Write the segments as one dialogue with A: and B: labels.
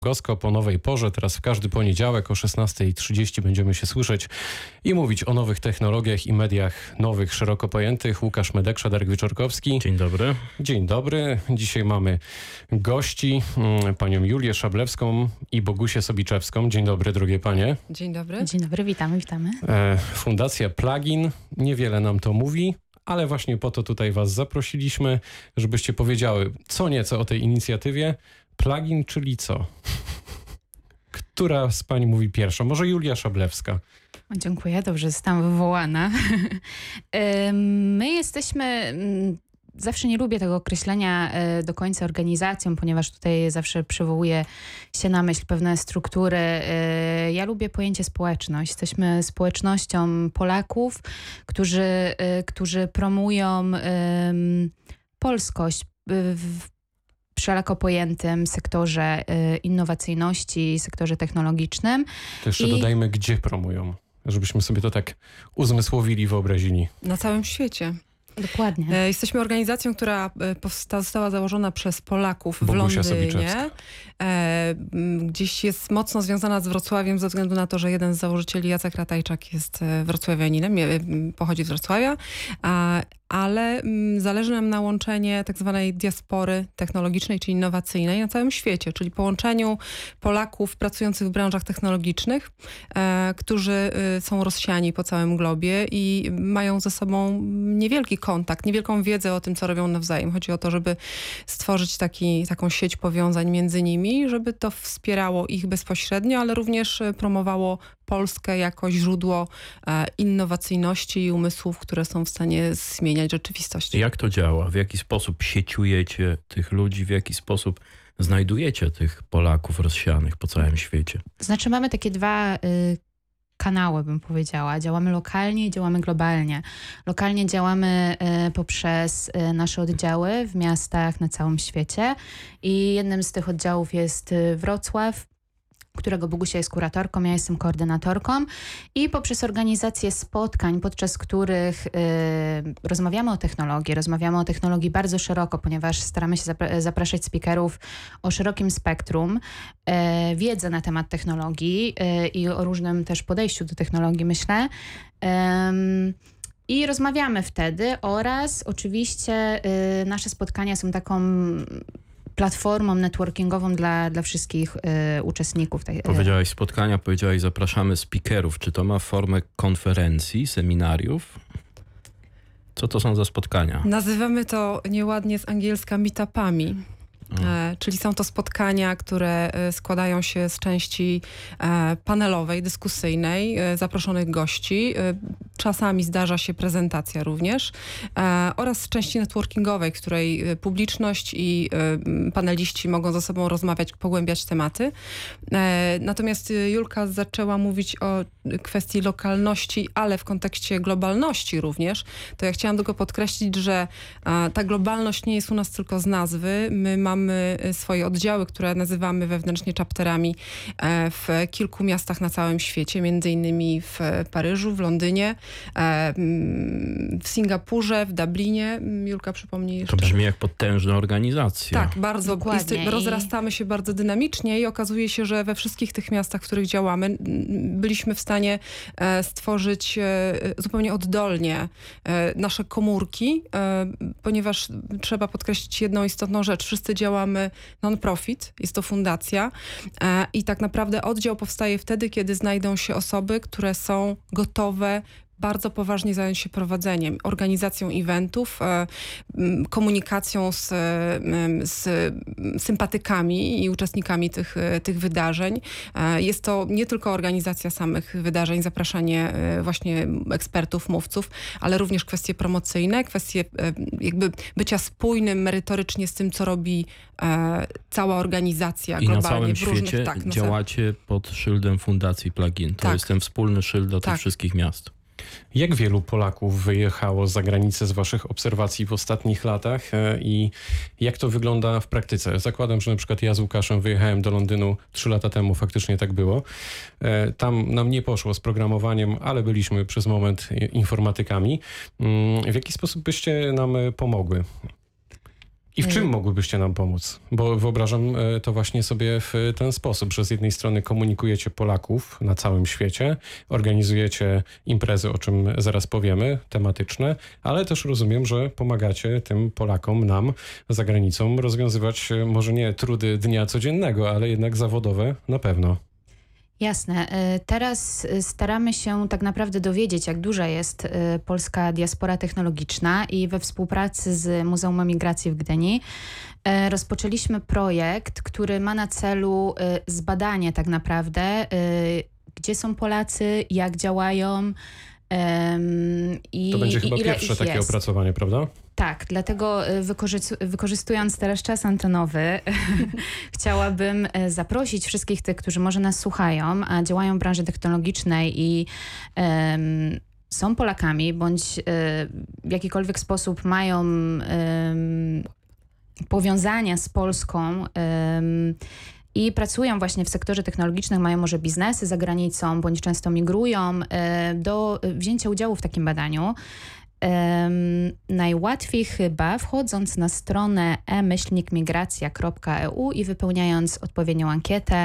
A: Goskop o nowej porze. Teraz w każdy poniedziałek o 16:30 będziemy się słyszeć i mówić o nowych technologiach i mediach nowych, szeroko pojętych. Łukasz Medeksza, Darek Wieczorkowski.
B: Dzień dobry.
A: Dzień dobry. Dzisiaj mamy gości, panią Julię Szablewską i Bogusię Sobiczewską. Dzień dobry, drogie panie.
C: Dzień dobry.
D: Dzień dobry, witamy.
A: Fundacja Plugin. Niewiele nam to mówi, ale właśnie po to tutaj was zaprosiliśmy, żebyście powiedziały co nieco o tej inicjatywie. Plugin, czyli co? Która z pań mówi pierwsza? Może Julia Szablewska.
D: Dziękuję, dobrze, zostałam wywołana. My jesteśmy... Zawsze nie lubię tego określenia do końca organizacją, ponieważ tutaj zawsze przywołuje się na myśl pewne struktury. Ja lubię pojęcie społeczność. Jesteśmy społecznością Polaków, którzy promują polskość w szeroko pojętym sektorze innowacyjności, sektorze technologicznym.
A: To jeszcze dodajmy, gdzie promują, żebyśmy sobie to tak uzmysłowili, wyobrazili.
C: Na całym świecie.
D: Dokładnie.
C: Jesteśmy organizacją, która została założona przez Polaków w
A: Bogusia
C: Londynie.
A: Sobiczewska.
C: Gdzieś jest mocno związana z Wrocławiem ze względu na to, że jeden z założycieli, Jacek Ratajczak, jest wrocławianinem, pochodzi z Wrocławia, ale zależy nam na łączenie tak zwanej diaspory technologicznej czy innowacyjnej na całym świecie, czyli połączeniu Polaków pracujących w branżach technologicznych, którzy są rozsiani po całym globie i mają ze sobą niewielki kontakt, niewielką wiedzę o tym, co robią nawzajem. Chodzi o to, żeby stworzyć taką sieć powiązań między nimi, żeby to wspierało ich bezpośrednio, ale również promowało Polskę jako źródło innowacyjności i umysłów, które są w stanie zmieniać rzeczywistość.
B: Jak to działa? W jaki sposób sieciujecie tych ludzi? W jaki sposób znajdujecie tych Polaków rozsianych po całym świecie?
D: Znaczy mamy takie dwa kanały, bym powiedziała. Działamy lokalnie i działamy globalnie. Lokalnie działamy poprzez nasze oddziały w miastach na całym świecie i jednym z tych oddziałów jest Wrocław, którego Bogusia jest kuratorką, ja jestem koordynatorką i poprzez organizację spotkań, podczas których rozmawiamy o technologii bardzo szeroko, ponieważ staramy się zapraszać speakerów o szerokim spektrum, wiedzę na temat technologii i o różnym też podejściu do technologii, myślę. I rozmawiamy wtedy oraz oczywiście nasze spotkania są taką platformą networkingową dla wszystkich uczestników.
B: Powiedziałaś spotkania, powiedziałaś zapraszamy speakerów. Czy to ma formę konferencji, seminariów? Co to są za spotkania?
C: Nazywamy to nieładnie z angielska meetupami. Czyli są to spotkania, które składają się z części panelowej, dyskusyjnej, zaproszonych gości. Czasami zdarza się prezentacja również oraz z części networkingowej, w której publiczność i paneliści mogą ze sobą rozmawiać, pogłębiać tematy. Natomiast Julka zaczęła mówić o kwestii lokalności, ale w kontekście globalności również. To ja chciałam tylko podkreślić, że ta globalność nie jest u nas tylko z nazwy. My mamy swoje oddziały, które nazywamy wewnętrznie chapterami w kilku miastach na całym świecie, między innymi w Paryżu, w Londynie, w Singapurze, w Dublinie. Julka, przypomnij jeszcze.
B: To brzmi jak potężna organizacja.
C: Tak, bardzo. Rozrastamy się bardzo dynamicznie i okazuje się, że we wszystkich tych miastach, w których działamy, byliśmy w stanie stworzyć zupełnie oddolnie nasze komórki, ponieważ trzeba podkreślić jedną istotną rzecz. Wszyscy działamy non-profit, jest to fundacja i tak naprawdę oddział powstaje wtedy, kiedy znajdą się osoby, które są gotowe bardzo poważnie zająć się prowadzeniem, organizacją eventów, komunikacją z sympatykami i uczestnikami tych wydarzeń. Jest to nie tylko organizacja samych wydarzeń, zapraszanie właśnie ekspertów, mówców, ale również kwestie promocyjne, kwestie jakby bycia spójnym merytorycznie z tym, co robi cała organizacja
B: i
C: globalnie.
B: na całym świecie działacie pod szyldem Fundacji Plugin. To jest ten wspólny szyld do tych wszystkich miast.
A: Jak wielu Polaków wyjechało za granicę z waszych obserwacji w ostatnich latach i jak to wygląda w praktyce? Zakładam, że na przykład ja z Łukaszem wyjechałem do Londynu 3 lata temu, faktycznie tak było. Tam nam nie poszło z programowaniem, ale byliśmy przez moment informatykami. W jaki sposób byście nam pomogły? I w czym mogłybyście nam pomóc? Bo wyobrażam to właśnie sobie w ten sposób, że z jednej strony komunikujecie Polaków na całym świecie, organizujecie imprezy, o czym zaraz powiemy, tematyczne, ale też rozumiem, że pomagacie tym Polakom, nam za granicą rozwiązywać może nie trudy dnia codziennego, ale jednak zawodowe na pewno.
D: Jasne. Teraz staramy się tak naprawdę dowiedzieć, jak duża jest polska diaspora technologiczna i we współpracy z Muzeum Emigracji w Gdyni rozpoczęliśmy projekt, który ma na celu zbadanie tak naprawdę, gdzie są Polacy, jak działają i
A: to będzie chyba
D: ile
A: pierwsze
D: ich
A: takie
D: jest.
A: opracowanie, prawda?
D: Tak, dlatego wykorzystując teraz czas antenowy, chciałabym zaprosić wszystkich tych, którzy może nas słuchają, a działają w branży technologicznej i są Polakami, bądź w jakikolwiek sposób mają powiązania z Polską i pracują właśnie w sektorze technologicznym, mają może biznesy za granicą, bądź często migrują, do wzięcia udziału w takim badaniu. Najłatwiej chyba wchodząc na stronę e-migracja.eu i wypełniając odpowiednią ankietę.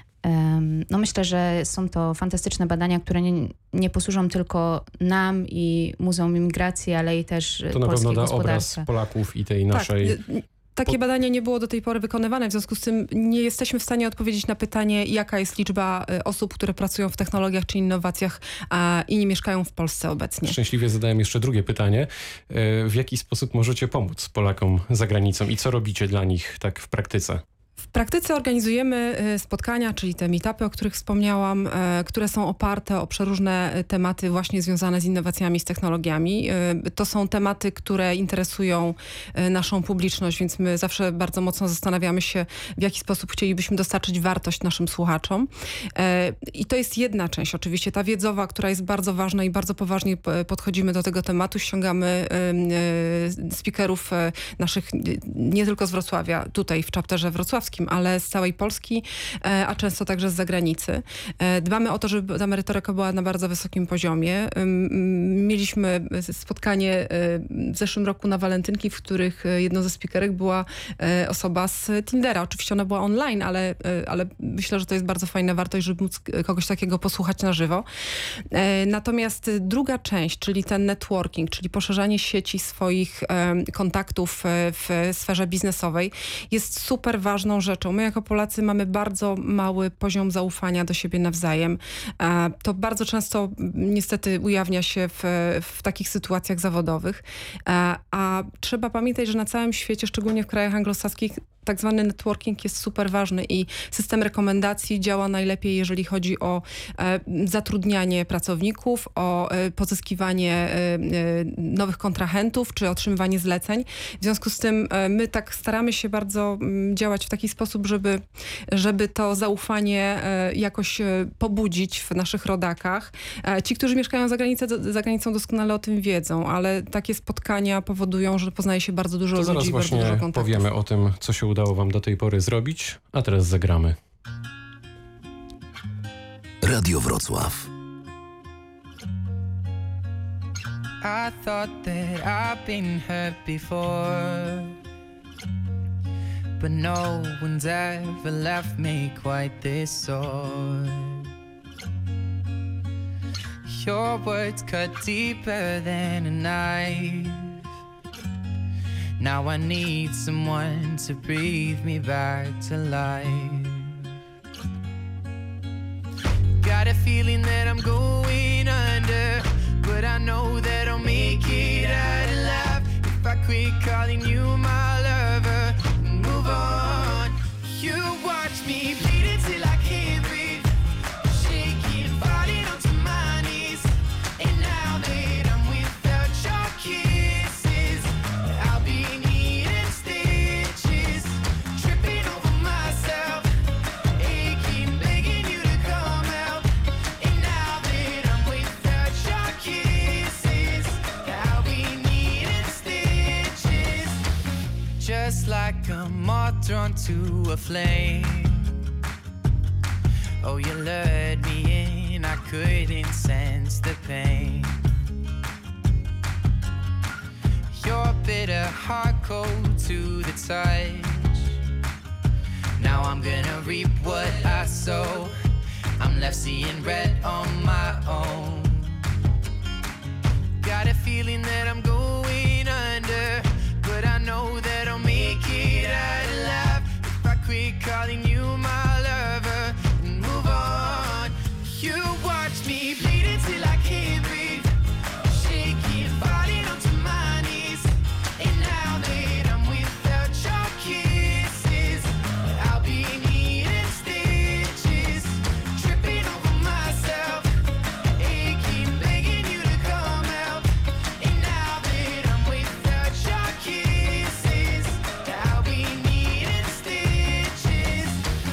D: No myślę, że są to fantastyczne badania, które nie posłużą tylko nam i Muzeum Imigracji, ale i też
A: to na
D: polskiej
A: pewno da
D: gospodarce.
A: obraz Polaków i tej naszej...
C: Takie badania nie było do tej pory wykonywane, w związku z tym nie jesteśmy w stanie odpowiedzieć na pytanie, jaka jest liczba osób, które pracują w technologiach czy innowacjach i nie mieszkają w Polsce obecnie.
A: Szczęśliwie zadałem jeszcze drugie pytanie. W jaki sposób możecie pomóc Polakom za granicą i co robicie dla nich tak w praktyce?
C: W praktyce organizujemy spotkania, czyli te meetupy, o których wspomniałam, które są oparte o przeróżne tematy właśnie związane z innowacjami, z technologiami. To są tematy, które interesują naszą publiczność, więc my zawsze bardzo mocno zastanawiamy się, w jaki sposób chcielibyśmy dostarczyć wartość naszym słuchaczom. I to jest jedna część oczywiście, ta wiedzowa, która jest bardzo ważna i bardzo poważnie podchodzimy do tego tematu. Ściągamy speakerów naszych nie tylko z Wrocławia, tutaj w chapterze wrocławskim, ale z całej Polski, a często także z zagranicy. Dbamy o to, żeby ta merytoryka była na bardzo wysokim poziomie. Mieliśmy spotkanie w zeszłym roku na walentynki, w których jedną ze speakerek była osoba z Tindera. Oczywiście ona była online, ale myślę, że to jest bardzo fajna wartość, żeby móc kogoś takiego posłuchać na żywo. Natomiast druga część, czyli ten networking, czyli poszerzanie sieci swoich kontaktów w sferze biznesowej, jest super ważną rzeczą. My jako Polacy mamy bardzo mały poziom zaufania do siebie nawzajem. To bardzo często niestety ujawnia się w takich sytuacjach zawodowych. A trzeba pamiętać, że na całym świecie, szczególnie w krajach anglosaskich, tak zwany networking jest super ważny i system rekomendacji działa najlepiej, jeżeli chodzi o zatrudnianie pracowników, o pozyskiwanie nowych kontrahentów, czy otrzymywanie zleceń. W związku z tym my tak staramy się bardzo działać w taki sposób, żeby to zaufanie jakoś pobudzić w naszych rodakach. Ci, którzy mieszkają za granicą doskonale o tym wiedzą, ale takie spotkania powodują, że poznaje się bardzo dużo
A: to
C: ludzi i bardzo dużo
A: zaraz
C: kontaktów.
A: właśnie powiemy o tym, co się udało wam do tej pory zrobić, a teraz zagramy.
E: Radio Wrocław.
F: I thought that I've been hurt before, but no one's ever left me quite this sore. Your words cut deeper than a knife. Now I need someone to breathe me back to life. Got a feeling that I'm going under, but I know that I'll make it out alive if I quit calling you my lover and move on. You watch me bleed until I can't breathe, shaking, falling onto my knees. And now that I'm without your kisses, I'll be needing stitches, tripping over myself, aching, begging you to come out. And now that I'm without your kisses, I'll be needing stitches, just like a moth drawn to a flame. Oh, you lured me in, I couldn't sense the pain. Your bitter heart cold to the touch. Now I'm gonna reap what I sow. I'm left seeing red on my own. Got a feeling that I'm going under, but I know that I'll make it out alive if I quit calling you my lover and move on. You watch me bleed until I can't breathe, shaking, falling onto my knees. And now that I'm without your kisses, I'll be needing stitches, tripping over myself, aching, begging you to come out. And now that I'm without your kisses, I'll be needing stitches.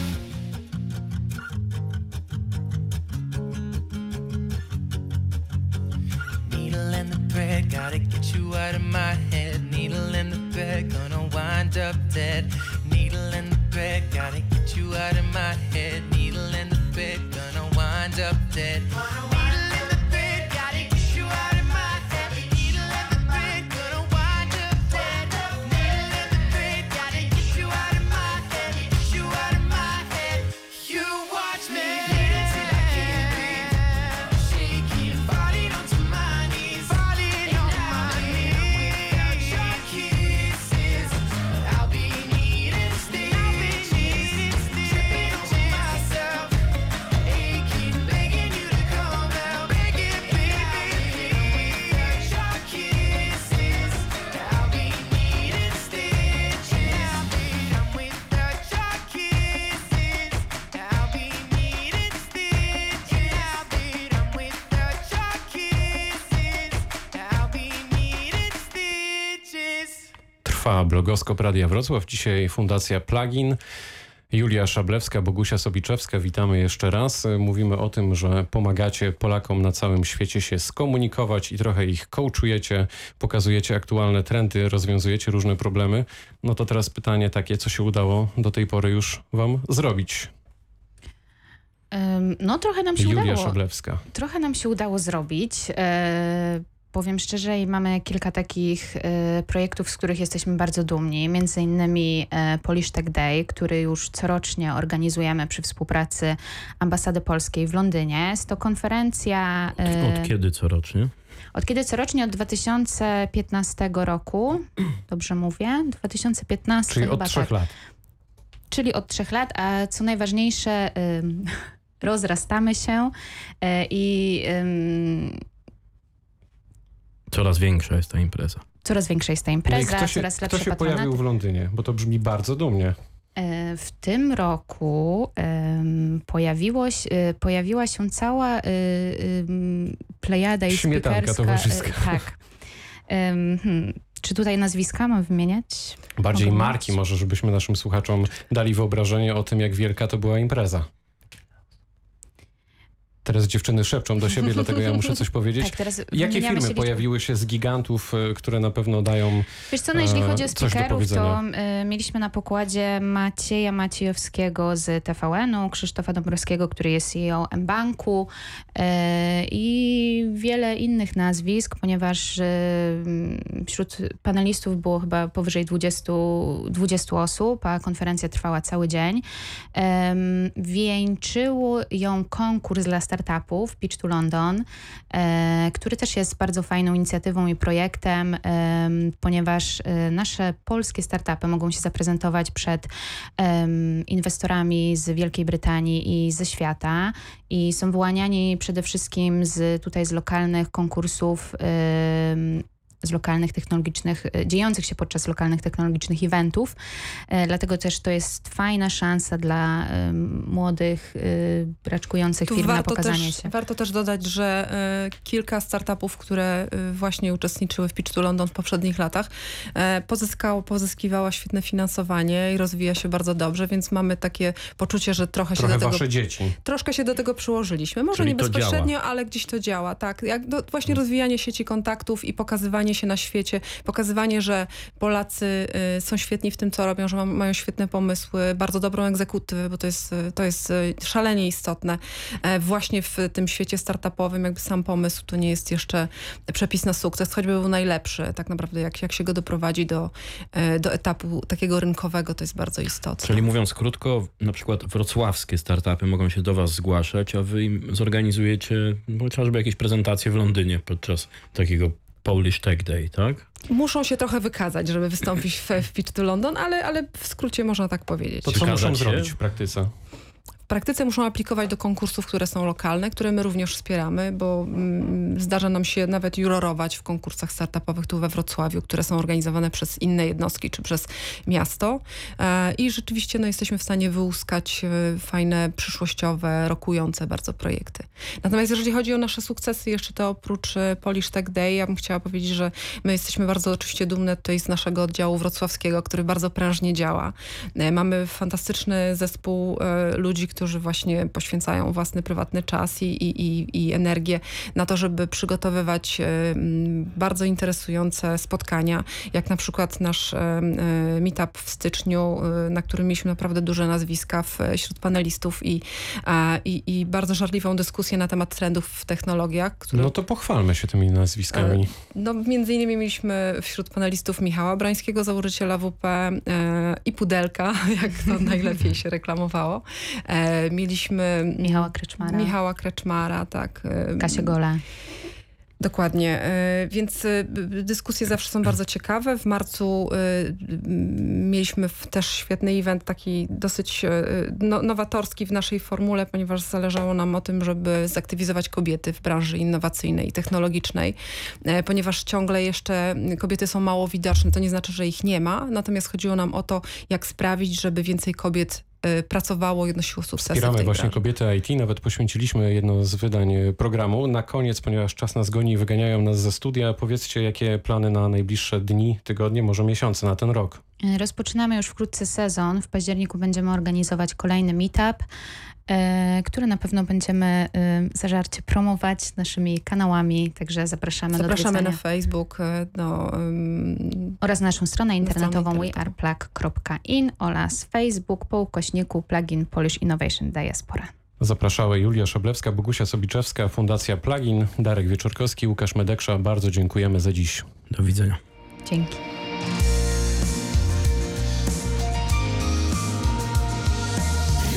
F: Needle in the thread, gotta get you out of my head. Needle in the thread, gonna wind up dead. Needle in the thread, gotta get you out of my head. Needle in the thread, gonna wind up dead. Needle in the thread, gotta get you out of my head. Needle in the thread, gonna wind up dead. Needle in the thread, gotta get you out of my head. Get you out of my head. You watch me bleed until I can't breathe, shaking, falling onto my knees, falling on my knees. Without your kisses, I'll be needing stitches, tripping over myself, aching, begging you to come out, begging, baby. Without your kisses, I'll be needing stitches. I'm without your kisses, I'll be needing stitches. I'm without your kisses, I'll be needing stitches.
A: Trwa blogoskop Radia Wrocław. Dzisiaj Fundacja Plugin. Julia Szablewska, Bogusia Sobiczewska. Witamy jeszcze raz. Mówimy o tym, że pomagacie Polakom na całym świecie się skomunikować i trochę ich coachujecie, pokazujecie aktualne trendy, rozwiązujecie różne problemy. No to teraz pytanie takie, co się udało do tej pory już wam zrobić?
D: No trochę nam się
A: Julia
D: udało.
A: Szablewska.
D: Trochę nam się udało zrobić. Powiem szczerze, i mamy kilka takich projektów, z których jesteśmy bardzo dumni. Między innymi Polish Tech Day, który już corocznie organizujemy przy współpracy Ambasady Polskiej w Londynie. Jest to konferencja...
B: Od kiedy corocznie?
D: Od kiedy corocznie? Od 2015 roku. Dobrze mówię? 2015
A: Czyli
D: chyba
A: od 3
D: tak.
A: lat.
D: Czyli od 3 lat, a co najważniejsze, rozrastamy się i
B: Coraz większa jest ta impreza.
D: coraz większa jest ta
A: No i
D: impreza,
A: kto się,
D: coraz
A: kto
D: lepsze
A: się
D: patronaty.
A: pojawił w Londynie? Bo to brzmi bardzo dumnie.
D: W tym roku pojawiła się cała plejada
A: Śmietanka
D: speakerska.
A: towarzyska.
D: Tak. Czy tutaj nazwiska mam wymieniać?
A: Bardziej
D: Mogę
A: marki
D: mówić?
A: może, żebyśmy naszym słuchaczom dali wyobrażenie o tym, jak wielka to była impreza. Teraz dziewczyny szepczą do siebie, dlatego ja muszę coś powiedzieć.
D: Tak, teraz
A: Jakie
D: wymieniamy się
A: firmy
D: liczbą.
A: pojawiły się z gigantów, które na pewno dają
D: Wiesz co, no jeśli chodzi o
A: coś do
D: speakerów,
A: powiedzenia?
D: to mieliśmy na pokładzie Macieja Maciejowskiego z TVN-u, Krzysztofa Dąbrowskiego, który jest CEO mBanku i wiele innych nazwisk, ponieważ wśród panelistów było chyba powyżej 20 osób, a konferencja trwała cały dzień. Wieńczył ją konkurs dla startupów Pitch to London, który też jest bardzo fajną inicjatywą i projektem, ponieważ nasze polskie startupy mogą się zaprezentować przed inwestorami z Wielkiej Brytanii i ze świata i są wyłaniani przede wszystkim z lokalnych konkursów, z lokalnych technologicznych, dziejących się podczas lokalnych technologicznych eventów. Dlatego też to jest fajna szansa dla młodych, raczkujących firm na pokazanie się.
C: Warto też dodać, że kilka startupów, które właśnie uczestniczyły w Pitch to London w poprzednich latach, pozyskiwała świetne finansowanie i rozwija się bardzo dobrze, więc mamy takie poczucie, że trochę
A: wasze dzieci.
C: Troszkę się do tego przyłożyliśmy. Może
B: Czyli
C: nie
B: to
C: bezpośrednio,
B: działa.
C: ale gdzieś to działa. Tak. Właśnie rozwijanie sieci kontaktów i pokazywanie pokazywanie się na świecie, pokazywanie, że Polacy są świetni w tym, co robią, że mają świetne pomysły, bardzo dobrą egzekutywę, bo to jest szalenie istotne. Właśnie w tym świecie startupowym jakby sam pomysł to nie jest jeszcze przepis na sukces, choćby był najlepszy. Tak naprawdę jak się go doprowadzi do etapu takiego rynkowego, to jest bardzo istotne.
B: Czyli mówiąc krótko, na przykład wrocławskie startupy mogą się do was zgłaszać, a wy im zorganizujecie chociażby jakieś prezentacje w Londynie podczas takiego Polish Tech Day, tak?
C: Muszą się trochę wykazać, żeby wystąpić w Pitch to London, ale w skrócie można tak powiedzieć.
A: To co muszą
B: Wykazać się?
A: zrobić w praktyce?
C: W praktyce muszą aplikować do konkursów, które są lokalne, które my również wspieramy, bo zdarza nam się nawet jurorować w konkursach startupowych tu we Wrocławiu, które są organizowane przez inne jednostki czy przez miasto. I rzeczywiście jesteśmy w stanie wyłuskać fajne, przyszłościowe, rokujące bardzo projekty. Natomiast jeżeli chodzi o nasze sukcesy, jeszcze to oprócz Polish Tech Day, ja bym chciała powiedzieć, że my jesteśmy bardzo oczywiście dumne tutaj z naszego oddziału wrocławskiego, który bardzo prężnie działa. Mamy fantastyczny zespół ludzi, którzy właśnie poświęcają własny prywatny czas i energię na to, żeby przygotowywać bardzo interesujące spotkania, jak na przykład nasz meetup w styczniu, na którym mieliśmy naprawdę duże nazwiska wśród panelistów i bardzo żarliwą dyskusję na temat trendów w technologiach.
A: No to pochwalmy się tymi nazwiskami.
C: Między innymi mieliśmy wśród panelistów Michała Brańskiego, założyciela WP i Pudelka, jak to najlepiej się reklamowało. Mieliśmy Michała Kreczmara, tak.
D: Kasię Gola.
C: Dokładnie, więc dyskusje zawsze są bardzo ciekawe. W marcu mieliśmy też świetny event, taki dosyć nowatorski w naszej formule, ponieważ zależało nam o tym, żeby zaktywizować kobiety w branży innowacyjnej i technologicznej, ponieważ ciągle jeszcze kobiety są mało widoczne. To nie znaczy, że ich nie ma, natomiast chodziło nam o to, jak sprawić, żeby więcej kobiet pracowało i odnosiło sukcesy.
A: Wspieramy właśnie kobiety IT, nawet poświęciliśmy jedno z wydań programu. Na koniec, ponieważ czas nas goni i wyganiają nas ze studia, powiedzcie, jakie plany na najbliższe dni, tygodnie, może miesiące na ten rok?
D: Rozpoczynamy już wkrótce sezon. W październiku będziemy organizować kolejny meetup, który na pewno będziemy zażarcie promować naszymi kanałami, także zapraszamy do odwiedzania.
C: Na Facebook.
D: Oraz naszą stronę internetową weareplug.in oraz Facebook /plugin Polish Innovation Diaspora.
A: Zapraszały Julia Szablewska, Bogusia Sobiczewska, Fundacja Plugin, Darek Wieczorkowski, Łukasz Medeksza. Bardzo dziękujemy za dziś.
B: Do widzenia.
D: Dzięki.